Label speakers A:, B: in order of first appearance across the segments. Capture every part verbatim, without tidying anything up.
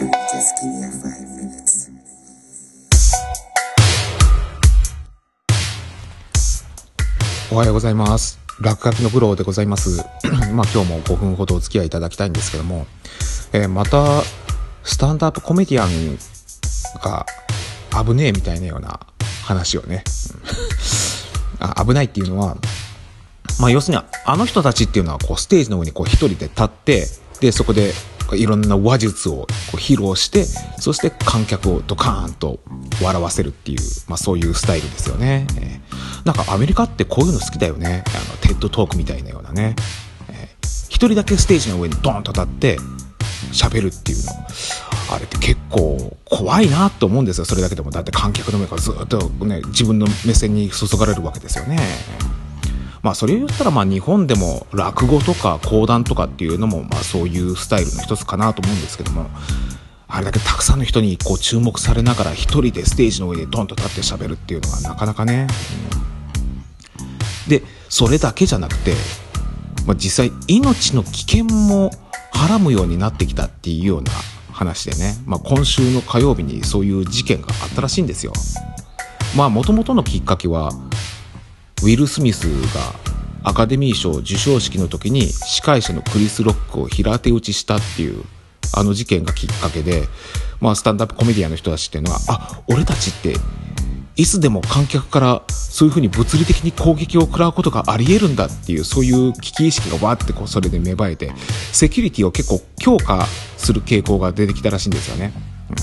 A: Just give me a five minutes.
B: おはようございます。落書きのプロでございますまあ今日もごふんほどお付き合いいただきたいんですけども、えー、またスタンドアップコメディアンが危ねえみたいなような話をねあ危ないっていうのは、まあ要するにあの人たちっていうのはこうステージの上にこう一人で立って、でそこでいろんな話術をこう披露して、そして観客をドカーンと笑わせるっていう、まあそういうスタイルですよね。えーなんかアメリカってこういうの好きだよね。あのテッドトークみたいなようなね、えー、一人だけステージの上にドーンと立って喋るっていうの、あれって結構怖いなと思うんですよ。それだけでも。だって観客の目がずっとね自分の目線に注がれるわけですよね。まあそれを言ったら、まあ日本でも落語とか講談とかっていうのもまあそういうスタイルの一つかなと思うんですけども、あれだけたくさんの人にこう注目されながら一人でステージの上でドンと立って喋るっていうのはなかなかね、うん、でそれだけじゃなくて、まあ、実際命の危険もはらむようになってきたっていうような話でね、まあ、今週の火曜日にそういう事件があったらしいんですよ。まあ元々のきっかけはウィル・スミスがアカデミー賞授賞式の時に司会者のクリス・ロックを平手打ちしたっていうあの事件がきっかけで、まあ、スタンダップコメディアンの人たちっていうのは、あ、俺たちっていつでも観客からそういう風に物理的に攻撃を食らうことがあり得るんだっていう、そういう危機意識がわーってこうそれで芽生えて、セキュリティを結構強化する傾向が出てきたらしいんですよね、うん、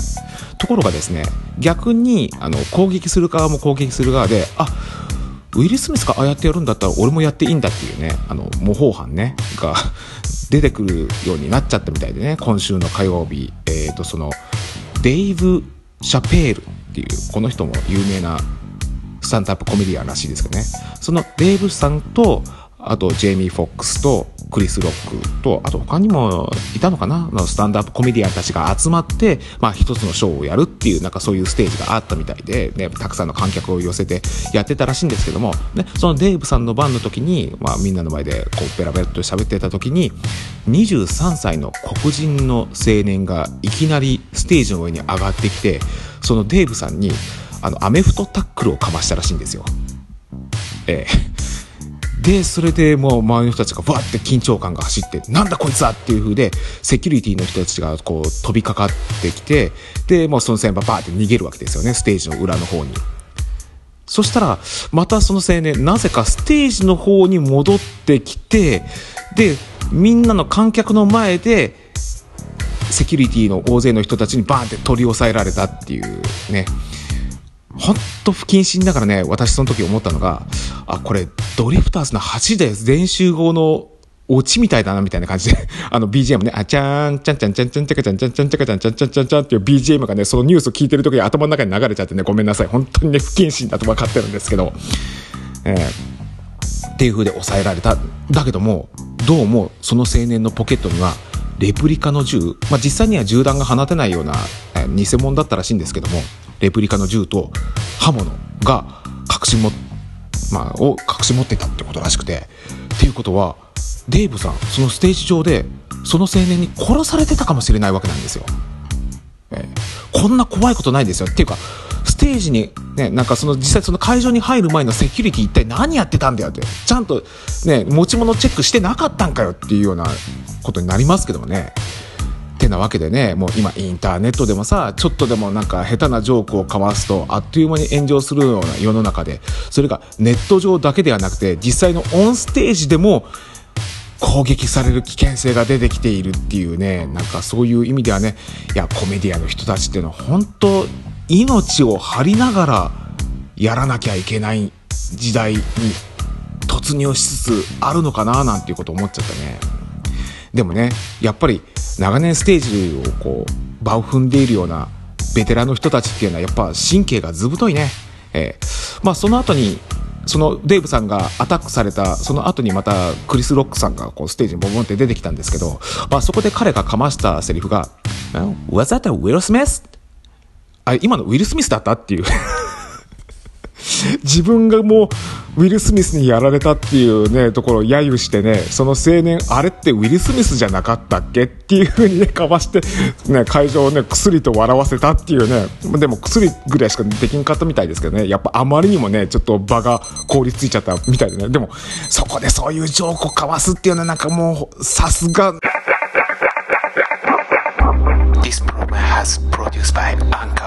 B: ところがですね、逆にあの攻撃する側も攻撃する側で、あ、ウィル・スミスがああやってやるんだったら俺もやっていいんだっていうね、あの模倣犯ねが出てくるようになっちゃったみたいでね、今週の火曜日、えーとそのデイブ・シャペールっていうこの人も有名なスタンドアップコメディアンらしいですけどね、そのデイブさんとあとジェイミー・フォックスとクリス・ロックと、あと他にもいたのかな、スタンドアップコメディアンたちが集まって、まあ一つのショーをやるっていう、なんかそういうステージがあったみたいで、ね、たくさんの観客を寄せてやってたらしいんですけども、ね、そのデイブさんの番の時に、まあみんなの前でこうベラベラと喋ってた時に、にじゅうさんさいの黒人の青年がいきなりステージの上に上がってきて、そのデイブさんにあのアメフトタックルをかましたらしいんですよ。ええでそれでもう周りの人たちがバーって緊張感が走って、なんだこいつはっていう風でセキュリティの人たちがこう飛びかかってきて、でもうその先輩バーって逃げるわけですよね、ステージの裏の方に。そしたらまたその青年なぜかステージの方に戻ってきて、でみんなの観客の前でセキュリティの大勢の人たちにバーンって取り押さえられたっていうね。ほんと不謹慎だからね、私その時思ったのが、あ、これドリフターズのはちで全集合のオチみたいだなみたいな感じであの ビージーエム ね、あちゃーんちゃんちゃんちゃんちゃんちゃかちゃんちゃんちゃんちゃかちゃんちゃんちゃんちゃんちゃんっていう ビージーエム がね、そのニュースを聞いてる時に頭の中に流れちゃってね、ごめんなさい、本当にね不謹慎だと分かってるんですけど、えー、っていう風で抑えられた。だけどもどうもその青年のポケットにはレプリカの銃、まあ、実際には銃弾が放てないような、えー、偽物だったらしいんですけども、レプリカの銃と刃物が隠しも、まあ、を隠し持っていたってことらしくて、っていうことはデイブさんそのステージ上でその青年に殺されてたかもしれないわけなんですよ、えー、こんな怖いことないですよ。っていうかステージにね、なんかその実際その会場に入る前のセキュリティ一体何やってたんだよって、ちゃんとね持ち物チェックしてなかったんかよっていうようなことになりますけどもね。ってなわけでね、もう今インターネットでもさ、ちょっとでもなんか下手なジョークを交わすとあっという間に炎上するような世の中で、それがネット上だけではなくて実際のオンステージでも攻撃される危険性が出てきているっていうね、なんかそういう意味ではね、いやコメディアンの人たちっていうのは本当命を張りながらやらなきゃいけない時代に突入しつつあるのかななんていうことを思っちゃったね。でもね、やっぱり長年ステージをこう場を踏んでいるようなベテランの人たちっていうのはやっぱ神経がずぶといね、えー、まあその後にそのデーブさんがアタックされたその後にまたクリス・ロックさんがこうステージにボボンって出てきたんですけど、まあ、そこで彼がかましたセリフが Was that a Will Smith? あ、今のウィル・スミスだったっていう自分がもうウィル・スミスにやられたっていうねところを揶揄してね、その青年あれってウィル・スミスじゃなかったっけっていう風にねかわしてね会場をね薬と笑わせたっていうね。でも薬ぐらいしかできんかったみたいですけどね、やっぱあまりにもねちょっと場が凍りついちゃったみたいでね。でもそこでそういうジョークをかわすっていうのはなんかもうさすが。
A: This program has produced by Anchor